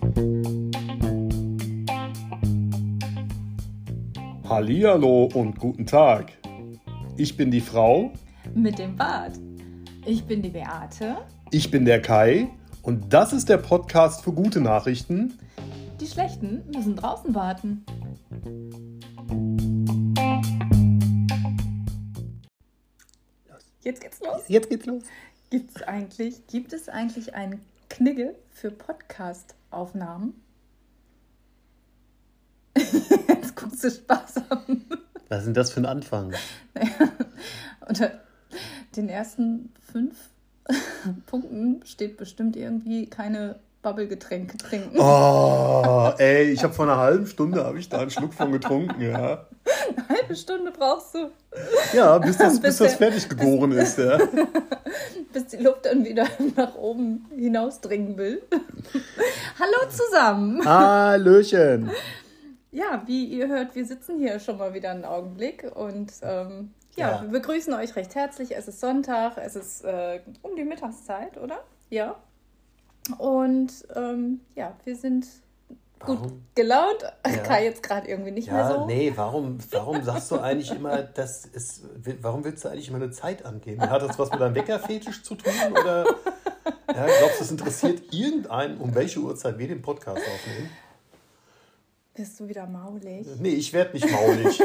Hallihallo und guten Tag. Ich bin die Frau mit dem Bart. Ich bin die Beate. Ich bin der Kai und das ist der Podcast für gute Nachrichten. Die schlechten müssen draußen warten. Jetzt geht's los. Jetzt geht's los. Gibt es eigentlich einen Knigge für Podcast-Aufnahmen? Jetzt guckst du Spaß an. Was ist denn das für ein Anfang? Naja, unter den ersten 5 Punkten steht bestimmt irgendwie keine Bubble-Getränke trinken. Oh, ey, ich habe vor einer halben Stunde da einen Schluck von getrunken, ja. Eine halbe Stunde brauchst du. Ja, bis das fertig gegoren ist, ja. Bis die Luft dann wieder nach oben hinausdringen will. Hallo zusammen. Hallöchen. Ja, wie ihr hört, wir sitzen hier schon mal wieder einen Augenblick und wir begrüßen euch recht herzlich. Es ist Sonntag, es ist um die Mittagszeit, oder? Ja. Und wir sind gut gelaunt. Ja. Kai jetzt gerade irgendwie nicht mehr so. Nee, warum sagst du eigentlich immer, warum willst du eigentlich immer eine Zeit angeben? Hat das was mit deinem Weckerfetisch zu tun? Oder glaubst du, es interessiert irgendeinen, um welche Uhrzeit wir den Podcast aufnehmen? Bist du wieder maulig? Nee, ich werde nicht maulig.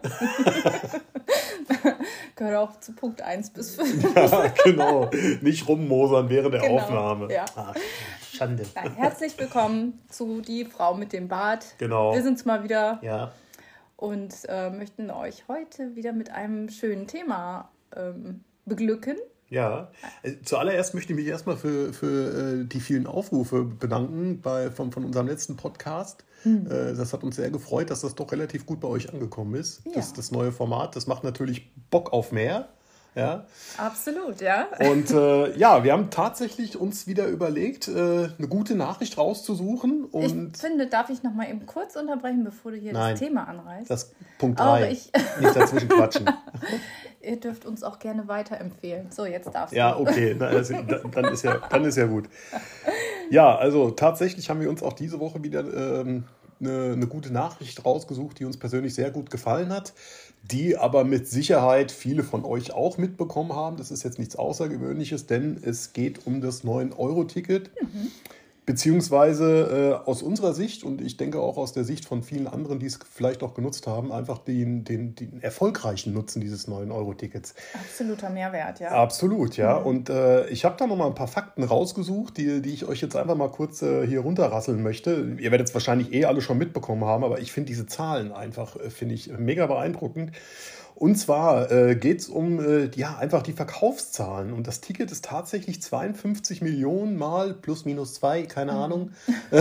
Gehört auch zu Punkt 1 bis 5. Ja, genau. Nicht rummosern während der Aufnahme. Ja. Ach, Schande. Nein, herzlich willkommen zu Die Frau mit dem Bart. Genau. Wir sind's mal wieder. Ja. Und möchten euch heute wieder mit einem schönen Thema beglücken. Ja, zuallererst möchte ich mich erstmal für die vielen Aufrufe bedanken von unserem letzten Podcast. Das hat uns sehr gefreut, dass das doch relativ gut bei euch angekommen ist. Ja. Das neue Format, das macht natürlich Bock auf mehr. Ja. Absolut, ja. Und wir haben tatsächlich uns wieder überlegt, eine gute Nachricht rauszusuchen. Und ich finde, darf ich noch mal eben kurz unterbrechen, bevor du hier das Thema anreißt? Das Punkt 3. Nicht dazwischen quatschen. Ihr dürft uns auch gerne weiterempfehlen. So, jetzt darfst du. Ja, okay, dann ist ja gut. Ja, also tatsächlich haben wir uns auch diese Woche wieder eine gute Nachricht rausgesucht, die uns persönlich sehr gut gefallen hat, die aber mit Sicherheit viele von euch auch mitbekommen haben. Das ist jetzt nichts Außergewöhnliches, denn es geht um das 9-Euro-Ticket. Beziehungsweise aus unserer Sicht und ich denke auch aus der Sicht von vielen anderen, die es vielleicht auch genutzt haben, einfach den erfolgreichen Nutzen dieses 9-Euro-Tickets. Absoluter Mehrwert, ja. Absolut, ja. Und ich habe da noch mal ein paar Fakten rausgesucht, die ich euch jetzt einfach mal kurz hier runterrasseln möchte. Ihr werdet es wahrscheinlich alle schon mitbekommen haben, aber ich finde diese Zahlen einfach, mega beeindruckend. Und zwar geht es um einfach die Verkaufszahlen. Und das Ticket ist tatsächlich 52 Millionen Mal plus minus 2, keine Ahnung,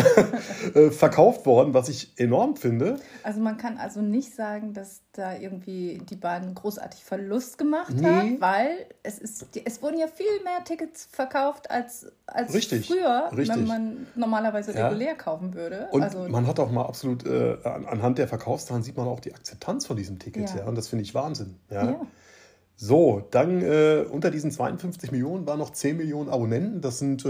verkauft worden, was ich enorm finde. Also man kann also nicht sagen, dass da irgendwie die Bahn großartig Verlust gemacht hat, weil es wurden ja viel mehr Tickets verkauft als früher, wenn man normalerweise regulär kaufen würde. Und man hat auch mal absolut, anhand der Verkaufszahlen sieht man auch die Akzeptanz von diesem Ticket. Ja. Und das finde ich Wahnsinn. Ja. So, dann unter diesen 52 Millionen waren noch 10 Millionen Abonnenten. Das sind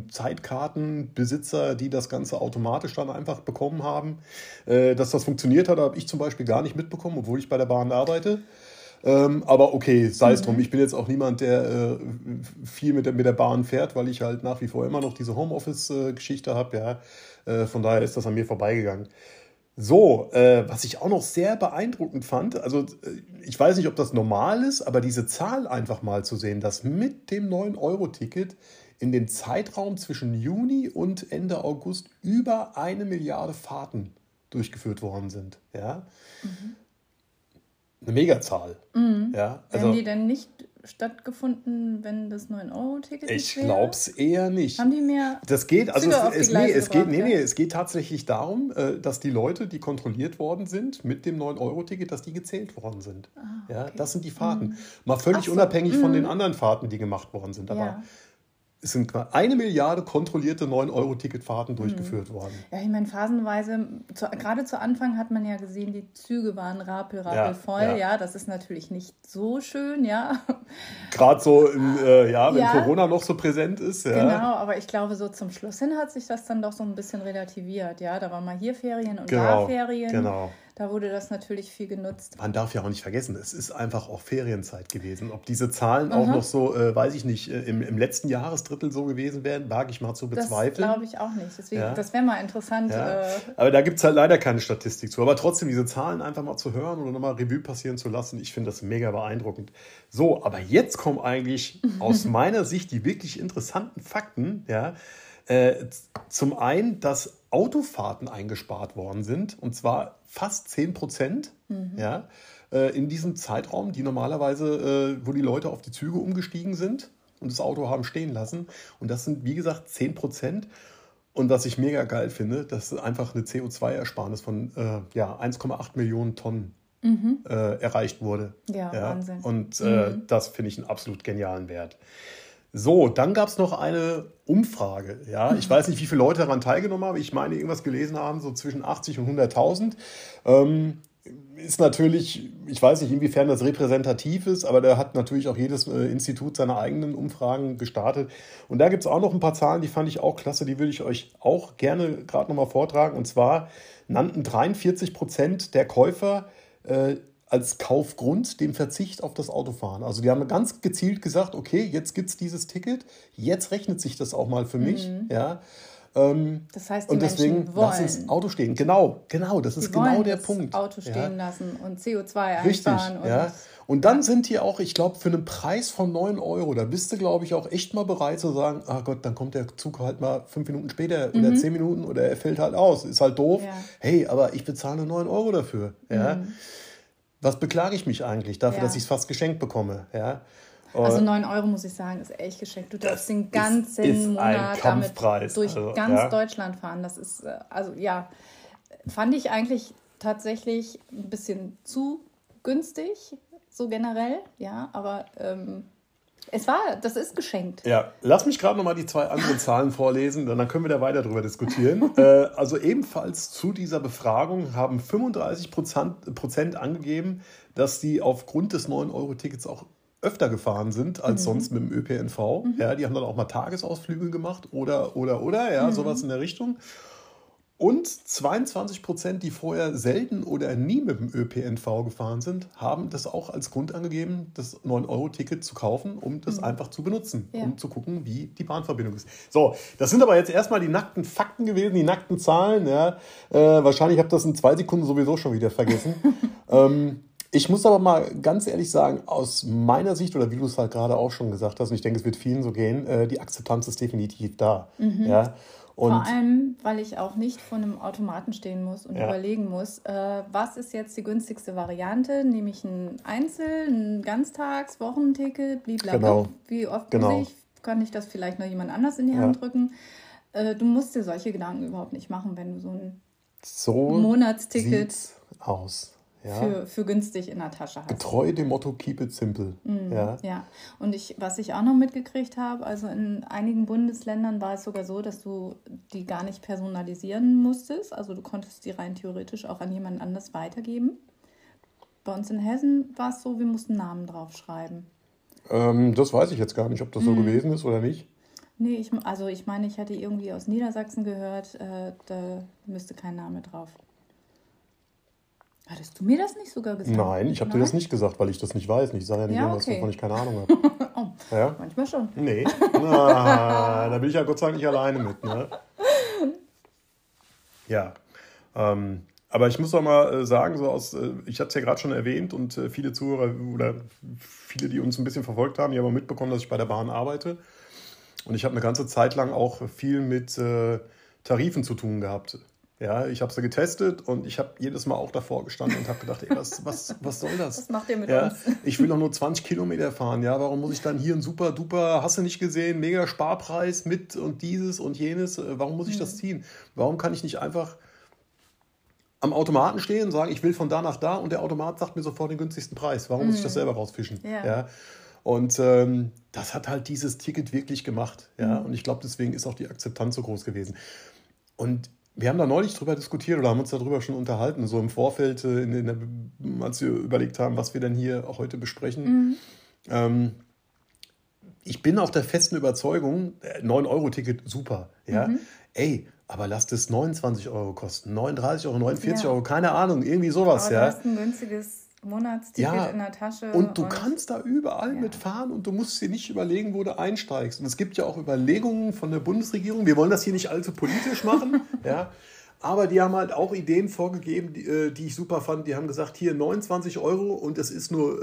Zeitkartenbesitzer, die das Ganze automatisch dann einfach bekommen haben. Dass das funktioniert hat, habe ich zum Beispiel gar nicht mitbekommen, obwohl ich bei der Bahn arbeite. Aber okay, sei es drum. Ich bin jetzt auch niemand, der viel mit der Bahn fährt, weil ich halt nach wie vor immer noch diese Homeoffice-Geschichte habe. Ja. Von daher ist das an mir vorbeigegangen. So, was ich auch noch sehr beeindruckend fand, also ich weiß nicht, ob das normal ist, aber diese Zahl einfach mal zu sehen, dass mit dem 9-Euro-Ticket in dem Zeitraum zwischen Juni und Ende August über 1 Milliarde Fahrten durchgeführt worden sind. Ja? Eine Megazahl. Ja? Also, haben die denn nicht stattgefunden, wenn das 9-Euro-Ticket nicht wäre? Ich glaube es eher nicht. Haben die mehr das geht, also es geht tatsächlich darum, dass die Leute, die kontrolliert worden sind mit dem 9-Euro-Ticket, dass die gezählt worden sind. Ja, das sind die Fahrten. Mal völlig unabhängig von den anderen Fahrten, die gemacht worden sind. Aber es sind 1 Milliarde kontrollierte 9-Euro-Ticketfahrten durchgeführt worden. Ja, ich meine, phasenweise, gerade zu Anfang hat man ja gesehen, die Züge waren rappelvoll. Ja, das ist natürlich nicht so schön, ja. Gerade so, wenn Corona noch so präsent ist. Ja. Genau, aber ich glaube, so zum Schluss hin hat sich das dann doch so ein bisschen relativiert. Ja, da war mal hier Ferien und da Ferien. Genau. Da wurde das natürlich viel genutzt. Man darf ja auch nicht vergessen, es ist einfach auch Ferienzeit gewesen. Ob diese Zahlen auch noch so, weiß ich nicht, im letzten Jahresdrittel so gewesen wären, wage ich mal zu bezweifeln. Das glaube ich auch nicht. Deswegen, das wäre mal interessant. Ja. Aber da gibt es halt leider keine Statistik zu. Aber trotzdem, diese Zahlen einfach mal zu hören oder nochmal Revue passieren zu lassen, ich finde das mega beeindruckend. So, aber jetzt kommen eigentlich aus meiner Sicht die wirklich interessanten Fakten. Ja. Zum einen, dass Autofahrten eingespart worden sind, und zwar fast 10%, in diesem Zeitraum, die normalerweise, wo die Leute auf die Züge umgestiegen sind und das Auto haben stehen lassen. Und das sind, wie gesagt, 10%. Und was ich mega geil finde, dass einfach eine CO2-Ersparnis von 1,8 Millionen Tonnen erreicht wurde. Ja, Wahnsinn. Und das finde ich einen absolut genialen Wert. So, dann gab es noch eine Umfrage. Ja, ich weiß nicht, wie viele Leute daran teilgenommen haben. Ich meine, irgendwas gelesen haben, so zwischen 80 und 100.000. Ist natürlich, ich weiß nicht, inwiefern das repräsentativ ist, aber da hat natürlich auch jedes Institut seine eigenen Umfragen gestartet. Und da gibt es auch noch ein paar Zahlen, die fand ich auch klasse, die würde ich euch auch gerne gerade nochmal vortragen. Und zwar nannten 43% der Käufer als Kaufgrund den Verzicht auf das Autofahren. Also die haben ganz gezielt gesagt, okay, jetzt gibt es dieses Ticket, jetzt rechnet sich das auch mal für mich. Ja. Das heißt, die und deswegen Menschen wollen lassen das Auto stehen. Genau, das ist genau der Punkt. Auto stehen lassen und CO2 einsparen. Richtig, Und dann sind die auch, ich glaube, für einen Preis von 9 Euro, da bist du, glaube ich, auch echt mal bereit zu sagen, ah Gott, dann kommt der Zug halt mal 5 Minuten später oder 10 Minuten oder er fällt halt aus. Ist halt doof. Ja. Hey, aber ich bezahle 9 Euro dafür. Ja. Was beklage ich mich eigentlich dafür, dass ich es fast geschenkt bekomme? Ja? Also 9 Euro, muss ich sagen, ist echt geschenkt. Du darfst den ganzen Monat damit durch ganz Deutschland fahren. Das ist, fand ich eigentlich tatsächlich ein bisschen zu günstig, so generell. Ja, aber das ist geschenkt. Ja, lass mich gerade nochmal die 2 anderen Zahlen vorlesen, dann können wir da weiter drüber diskutieren. Also ebenfalls zu dieser Befragung haben 35% angegeben, dass sie aufgrund des 9-Euro-Tickets auch öfter gefahren sind als sonst mit dem ÖPNV. Ja, die haben dann auch mal Tagesausflüge gemacht oder, sowas in der Richtung. Und 22%, die vorher selten oder nie mit dem ÖPNV gefahren sind, haben das auch als Grund angegeben, das 9-Euro-Ticket zu kaufen, um das einfach zu benutzen, um zu gucken, wie die Bahnverbindung ist. So, das sind aber jetzt erstmal die nackten Fakten gewesen, die nackten Zahlen. Ja. Wahrscheinlich habt ihr das in 2 Sekunden sowieso schon wieder vergessen. Ich muss aber mal ganz ehrlich sagen, aus meiner Sicht, oder wie du es halt gerade auch schon gesagt hast, und ich denke, es wird vielen so gehen, die Akzeptanz ist definitiv da. Ja. Und vor allem, weil ich auch nicht vor einem Automaten stehen muss und überlegen muss, was ist jetzt die günstigste Variante? Nehme ich ein ein Ganztags-, Wochenticket, blablabla. Wie oft kann ich das vielleicht noch jemand anders in die Hand drücken? Du musst dir solche Gedanken überhaupt nicht machen, wenn du so ein Monatsticket aus. Für günstig in der Tasche hast. Getreu dem Motto Keep it simple. Ja, und was ich auch noch mitgekriegt habe, also in einigen Bundesländern war es sogar so, dass du die gar nicht personalisieren musstest. Also du konntest die rein theoretisch auch an jemanden anders weitergeben. Bei uns in Hessen war es so, wir mussten Namen draufschreiben. Das weiß ich jetzt gar nicht, ob das so gewesen ist oder nicht. Nee, ich meine, ich hatte irgendwie aus Niedersachsen gehört, da müsste kein Name drauf. Hattest du mir das nicht sogar gesagt? Nein, ich habe dir das nicht gesagt, weil ich das nicht weiß. Ich sage ja nicht irgendwas, wovon ich keine Ahnung habe. Ja? Manchmal schon. Nee, da bin ich ja Gott sei Dank nicht alleine mit. Ne? Ja, aber ich muss doch mal sagen, ich hatte es ja gerade schon erwähnt und viele Zuhörer oder viele, die uns ein bisschen verfolgt haben, die haben auch mitbekommen, dass ich bei der Bahn arbeite. Und ich habe eine ganze Zeit lang auch viel mit Tarifen zu tun gehabt. Ja, ich habe sie getestet und ich habe jedes Mal auch davor gestanden und habe gedacht, ey, was soll das? Was macht ihr mit uns? Ich will doch nur 20 Kilometer fahren. Ja, warum muss ich dann hier ein super duper, hast du nicht gesehen, mega Sparpreis mit und dieses und jenes? Warum muss ich das ziehen? Warum kann ich nicht einfach am Automaten stehen und sagen, ich will von da nach da und der Automat sagt mir sofort den günstigsten Preis? Warum muss ich das selber rausfischen? Ja. Und das hat halt dieses Ticket wirklich gemacht. Ja? Und ich glaube, deswegen ist auch die Akzeptanz so groß gewesen. Und wir haben da neulich drüber diskutiert oder haben uns darüber schon unterhalten, so im Vorfeld, als wir überlegt haben, was wir denn hier heute besprechen. Ich bin auch der festen Überzeugung, 9-Euro-Ticket, super. Ja? Ey, aber lasst es 29 Euro kosten, 39 Euro, 49 Euro, keine Ahnung, irgendwie sowas. Aber du hast ein günstiges Monatsticket in der Tasche. Und du kannst da überall mitfahren und du musst dir nicht überlegen, wo du einsteigst. Und es gibt ja auch Überlegungen von der Bundesregierung, wir wollen das hier nicht allzu politisch machen, ja, aber die haben halt auch Ideen vorgegeben, die ich super fand. Die haben gesagt, hier 29 Euro und es ist nur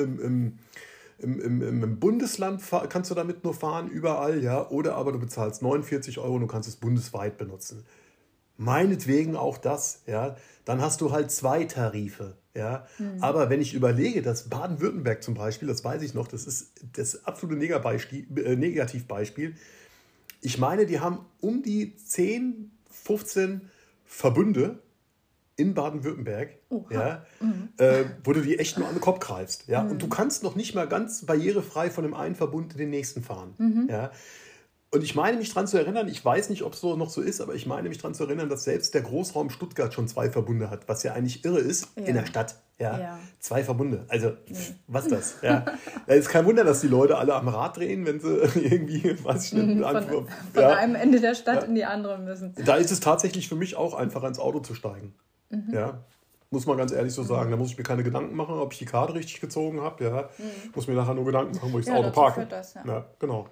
im Bundesland kannst du damit nur fahren, überall, ja, oder aber du bezahlst 49 Euro und du kannst es bundesweit benutzen. Meinetwegen auch das, ja, dann hast du halt 2 Tarife, ja, aber wenn ich überlege, dass Baden-Württemberg zum Beispiel, das weiß ich noch, das ist das absolute Negativbeispiel, ich meine, die haben um die 10, 15 Verbünde in Baden-Württemberg, ja, wo du die echt nur an den Kopf greifst. Ja? Und du kannst noch nicht mal ganz barrierefrei von dem einen Verbund in den nächsten fahren. Ja? Und ich meine mich daran zu erinnern, ich weiß nicht, ob es so noch so ist, aber ich meine mich daran zu erinnern, dass selbst der Großraum Stuttgart schon 2 Verbunde hat, was ja eigentlich irre ist in der Stadt. Ja? 2 Verbunde. Also, was ist das? Ja. Da ist kein Wunder, dass die Leute alle am Rad drehen, wenn sie irgendwie, weiß ich nicht, von einem Ende der Stadt in die andere müssen. Da ist es tatsächlich für mich auch einfacher, ins Auto zu steigen. Ja. Muss man ganz ehrlich so sagen. Da muss ich mir keine Gedanken machen, ob ich die Karte richtig gezogen habe. Ja. Muss mir nachher nur Gedanken machen, wo ich das Auto parke. Ja, genau.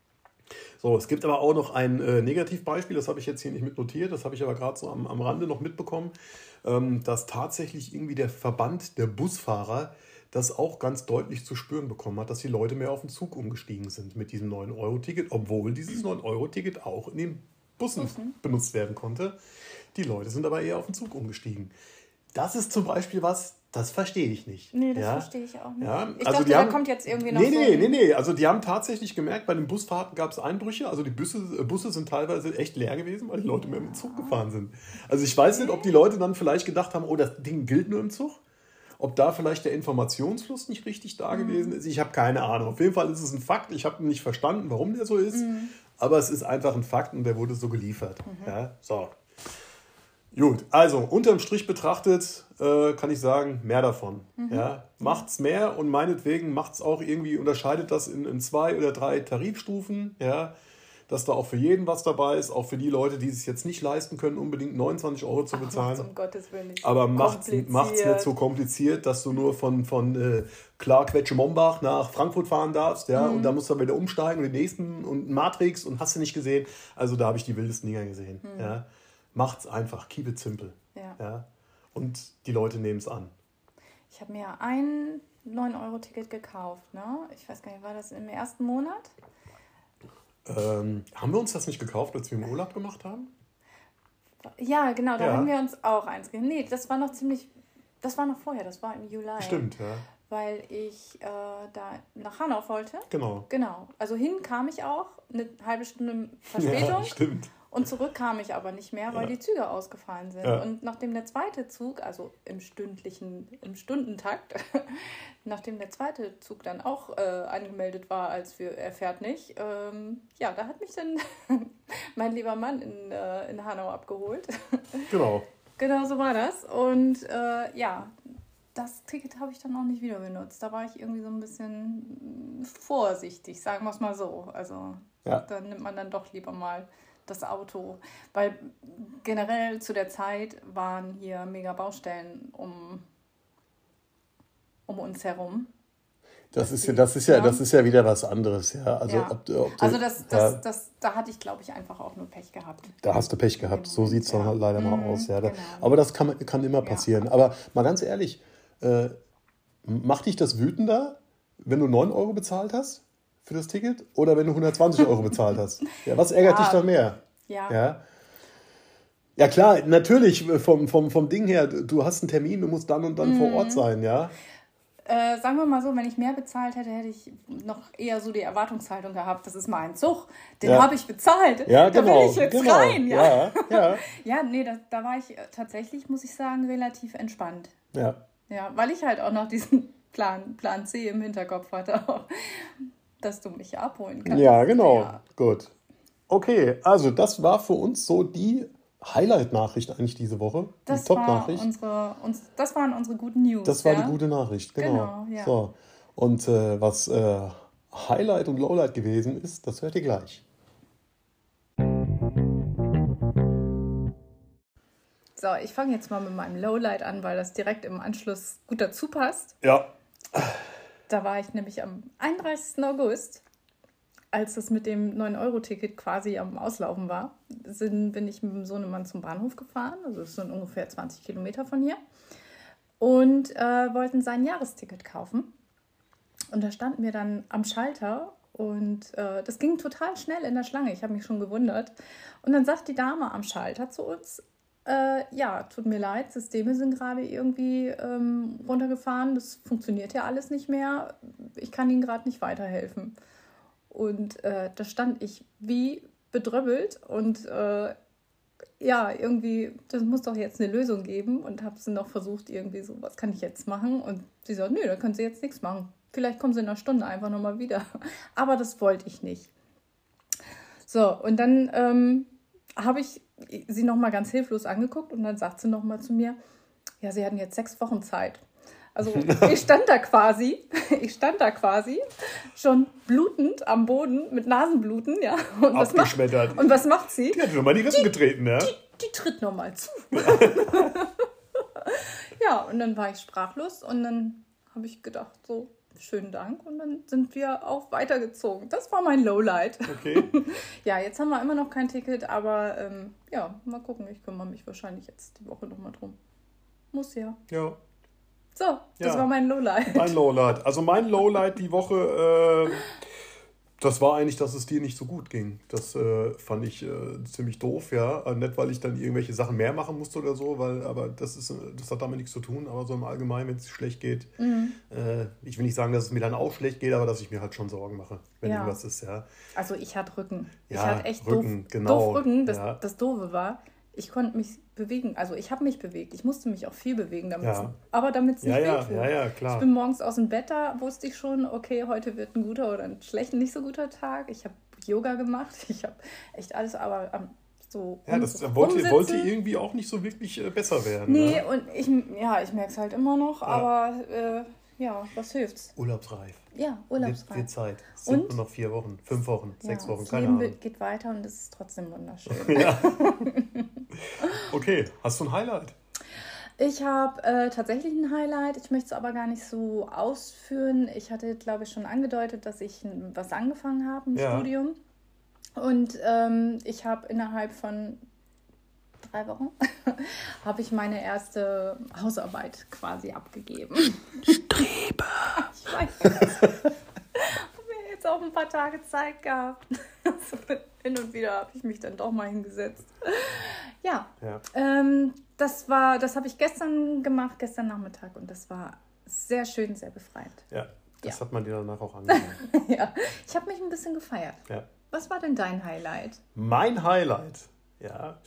So, es gibt aber auch noch ein Negativbeispiel, das habe ich jetzt hier nicht mitnotiert, das habe ich aber gerade so am Rande noch mitbekommen, dass tatsächlich irgendwie der Verband der Busfahrer das auch ganz deutlich zu spüren bekommen hat, dass die Leute mehr auf den Zug umgestiegen sind mit diesem 9-Euro-Ticket, obwohl dieses 9-Euro-Ticket auch in den Bussen benutzt werden konnte. Die Leute sind aber eher auf den Zug umgestiegen. Das ist zum Beispiel was, das verstehe ich nicht. Nee, das verstehe ich auch nicht. Ja, ich dachte, da kommt jetzt irgendwie noch Nee. Also die haben tatsächlich gemerkt, bei den Busfahrten gab es Einbrüche. Also die Busse sind teilweise echt leer gewesen, weil die Leute mehr mit dem Zug gefahren sind. Also ich weiß nicht, ob die Leute dann vielleicht gedacht haben, oh, das Ding gilt nur im Zug. Ob da vielleicht der Informationsfluss nicht richtig da gewesen ist. Ich habe keine Ahnung. Auf jeden Fall ist es ein Fakt. Ich habe nicht verstanden, warum der so ist. Aber es ist einfach ein Fakt und der wurde so geliefert. Ja, so. Gut, also unterm Strich betrachtet kann ich sagen, mehr davon. Ja, macht's mehr und meinetwegen macht's auch irgendwie, unterscheidet das in 2 oder 3 Tarifstufen, ja, dass da auch für jeden was dabei ist, auch für die Leute, die es jetzt nicht leisten können, unbedingt 29 Euro zu bezahlen. Um Gottes Willen nicht. Aber macht's nicht so kompliziert, dass du nur von Quetsche-Mombach nach Frankfurt fahren darfst, ja, und da musst du dann wieder umsteigen und den nächsten und Matrix und hast du nicht gesehen. Also da habe ich die wildesten Dinger gesehen, ja. Macht's einfach, keep it simple. Ja. Und die Leute nehmen es an. Ich habe mir ein 9-Euro-Ticket gekauft, ne? Ich weiß gar nicht, war das im ersten Monat? Haben wir uns das nicht gekauft, als wir im Urlaub gemacht haben? Ja, genau, da haben wir uns auch eins gekauft. Nee, das war noch vorher, das war im Juli. Stimmt, ja. Weil ich da nach Hanau wollte. Genau. Also hin kam ich auch, eine halbe Stunde Verspätung. Ja, stimmt. Und zurück kam ich aber nicht mehr, weil die Züge ausgefallen sind. Ja. Und nachdem der zweite Zug, also im Stundentakt, nachdem der zweite Zug dann auch angemeldet war, er fährt nicht, da hat mich dann mein lieber Mann in Hanau abgeholt. Genau. Genau so war das. Und das Ticket habe ich dann auch nicht wieder benutzt. Da war ich irgendwie so ein bisschen vorsichtig, sagen wir es mal so. Also da nimmt man dann doch lieber mal das Auto. Weil generell zu der Zeit waren hier mega Baustellen um uns herum. Das ist ja wieder was anderes, ja. Also, da hatte ich, glaube ich, einfach auch nur Pech gehabt. Da hast du Pech gehabt, so sieht es dann halt leider mal aus. Ja. Genau. Aber das kann immer passieren. Ja. Aber mal ganz ehrlich, macht dich das wütender, wenn du 9 Euro bezahlt hast für das Ticket oder wenn du 120 Euro bezahlt hast? Ja, was ärgert dich da mehr? Ja, klar, natürlich vom Ding her, du hast einen Termin, du musst dann und dann vor Ort sein, ja. Sagen wir mal so, wenn ich mehr bezahlt hätte, hätte ich noch eher so die Erwartungshaltung gehabt, das ist mein Zug, den habe ich bezahlt, ja, genau, da will ich jetzt rein. Ja. Ja, nee, da war ich tatsächlich, muss ich sagen, relativ entspannt. Ja. Ja, weil ich halt auch noch diesen Plan C im Hinterkopf hatte, auch, dass du mich abholen kannst. Ja, genau. Ja. Gut. Okay, also das war für uns so die Highlight-Nachricht eigentlich diese Woche. Die Top-Nachricht. Das waren unsere guten News. Das war die gute Nachricht, genau. Ja. So. Und was Highlight und Lowlight gewesen ist, das hört ihr gleich. So, ich fange jetzt mal mit meinem Lowlight an, weil das direkt im Anschluss gut dazu passt. Ja. Da war ich nämlich am 31. August, als das mit dem 9-Euro-Ticket quasi am Auslaufen war, bin ich mit dem Sohnemann zum Bahnhof gefahren. Also das sind ungefähr 20 Kilometer von hier. Und wollten sein Jahresticket kaufen. Und da standen wir dann am Schalter und das ging total schnell in der Schlange. Ich habe mich schon gewundert. Und dann sagt die Dame am Schalter zu uns, ja, tut mir leid, Systeme sind gerade irgendwie runtergefahren. Das funktioniert ja alles nicht mehr. Ich kann Ihnen gerade nicht weiterhelfen. Und da stand ich wie bedröppelt und ja, irgendwie, das muss doch jetzt eine Lösung geben. Und habe sie noch versucht, irgendwie so, was kann ich jetzt machen? Und sie sagt, nö, da können Sie jetzt nichts machen. Vielleicht kommen Sie in einer Stunde einfach nochmal wieder. Aber das wollte ich nicht. So, und dann habe ich sie nochmal ganz hilflos angeguckt und dann sagt sie nochmal zu mir, ja, Sie hatten jetzt 6 Wochen Zeit. Also ich stand da quasi schon blutend am Boden mit Nasenbluten, ja. Und was macht sie? Die hat nochmal die Rippen getreten, ja. Die tritt nochmal zu. Ja, und dann war ich sprachlos und dann habe ich gedacht, so, schönen Dank. Und dann sind wir auch weitergezogen. Das war mein Lowlight. Okay. Ja, jetzt haben wir immer noch kein Ticket, aber ja, mal gucken. Ich kümmere mich wahrscheinlich jetzt die Woche nochmal drum. Muss ja. Ja. So, das war mein Lowlight. Mein Lowlight. Also mein Lowlight die Woche, das war eigentlich, dass es dir nicht so gut ging. Das fand ich ziemlich doof, ja. Nicht, weil ich dann irgendwelche Sachen mehr machen musste oder so, aber das hat damit nichts zu tun. Aber so im Allgemeinen, wenn es schlecht geht, ich will nicht sagen, dass es mir dann auch schlecht geht, aber dass ich mir halt schon Sorgen mache, wenn irgendwas ist, ja. Also ich hatte Rücken. Ja, ich hatte echt Rücken, doof Rücken. Das Doofe war, ich konnte mich bewegen. Also ich habe mich bewegt. Ich musste mich auch viel bewegen, damit es nicht wehtut. Ja, klar. Ich bin morgens aus dem Bett, da wusste ich schon, okay, heute wird ein guter oder ein schlechter, nicht so guter Tag. Ich habe Yoga gemacht. Ich habe echt alles, aber so ja, das wollte irgendwie auch nicht so wirklich besser werden. Nee, ne? Und ich merke es halt immer noch, aber was hilft's? Urlaubsreif. Ja, urlaubsreif. Wird Zeit. Es sind nur noch 4 Wochen, 5 Wochen, 6 Wochen, keine Ahnung. Das Leben geht weiter und es ist trotzdem wunderschön. Ja. Okay, hast du ein Highlight? Ich habe tatsächlich ein Highlight. Ich möchte es aber gar nicht so ausführen. Ich hatte, glaube ich, schon angedeutet, dass ich was angefangen habe im Studium. Und ich habe innerhalb von 3 Wochen habe ich meine erste Hausarbeit quasi abgegeben. Strebe! Ich weiß. Ich habe mir jetzt auch ein paar Tage Zeit gehabt. Hin und wieder habe ich mich dann doch mal hingesetzt. Ja. Das habe ich gestern gemacht, gestern Nachmittag. Und das war sehr schön, sehr befreiend. Ja, das hat man dir danach auch angesehen. Ja, ich habe mich ein bisschen gefeiert. Ja. Was war denn dein Highlight? Mein Highlight? Ja,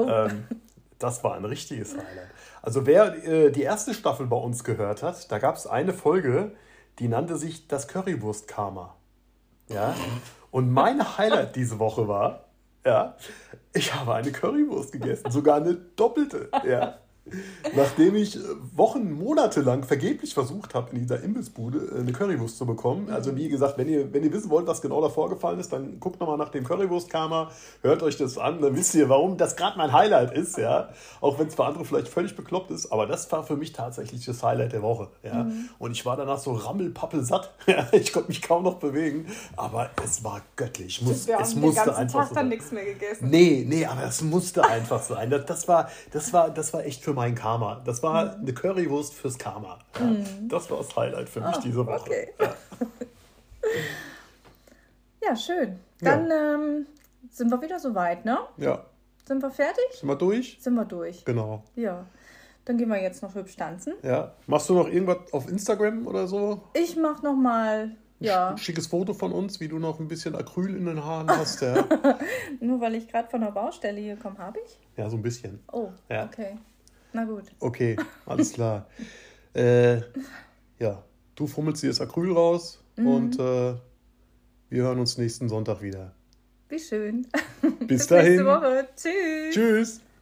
das war ein richtiges Highlight. Also wer die erste Staffel bei uns gehört hat, da gab es eine Folge, die nannte sich das Currywurst-Karma. Ja, und mein Highlight diese Woche war, ich habe eine Currywurst gegessen, sogar eine doppelte. Ja. Nachdem ich Wochen, Monate lang vergeblich versucht habe, in dieser Imbissbude eine Currywurst zu bekommen. Also wie gesagt, wenn ihr wissen wollt, was genau da vorgefallen ist, dann guckt nochmal nach dem Currywurst-Karma, hört euch das an, dann wisst ihr, warum das gerade mein Highlight ist. Ja? Auch wenn es für andere vielleicht völlig bekloppt ist, aber das war für mich tatsächlich das Highlight der Woche. Ja? Und ich war danach so rammelpappelsatt. Ja? Ich konnte mich kaum noch bewegen, aber es war göttlich. Es musste einfach Tag dann nichts mehr gegessen. Nee, aber es musste einfach sein. Das war echt für mein Karma. Das war eine Currywurst fürs Karma. Ja. Das war das Highlight für mich diese Woche. Okay. Ja, schön. Dann sind wir wieder soweit, ne? Ja. Sind wir fertig? Sind wir durch? Sind wir durch. Genau. Ja. Dann gehen wir jetzt noch hübsch tanzen. Ja. Machst du noch irgendwas auf Instagram oder so? Ich mach noch mal... Ja. Ein schickes Foto von uns, wie du noch ein bisschen Acryl in den Haaren hast. Ja. Nur weil ich gerade von der Baustelle hier komme, habe ich? Ja, so ein bisschen. Oh, ja. Okay. Na gut. Okay, alles klar. Ja. Du fummelst dir das Acryl raus und wir hören uns nächsten Sonntag wieder. Wie schön. Bis dahin. Nächste Woche. Tschüss. Tschüss.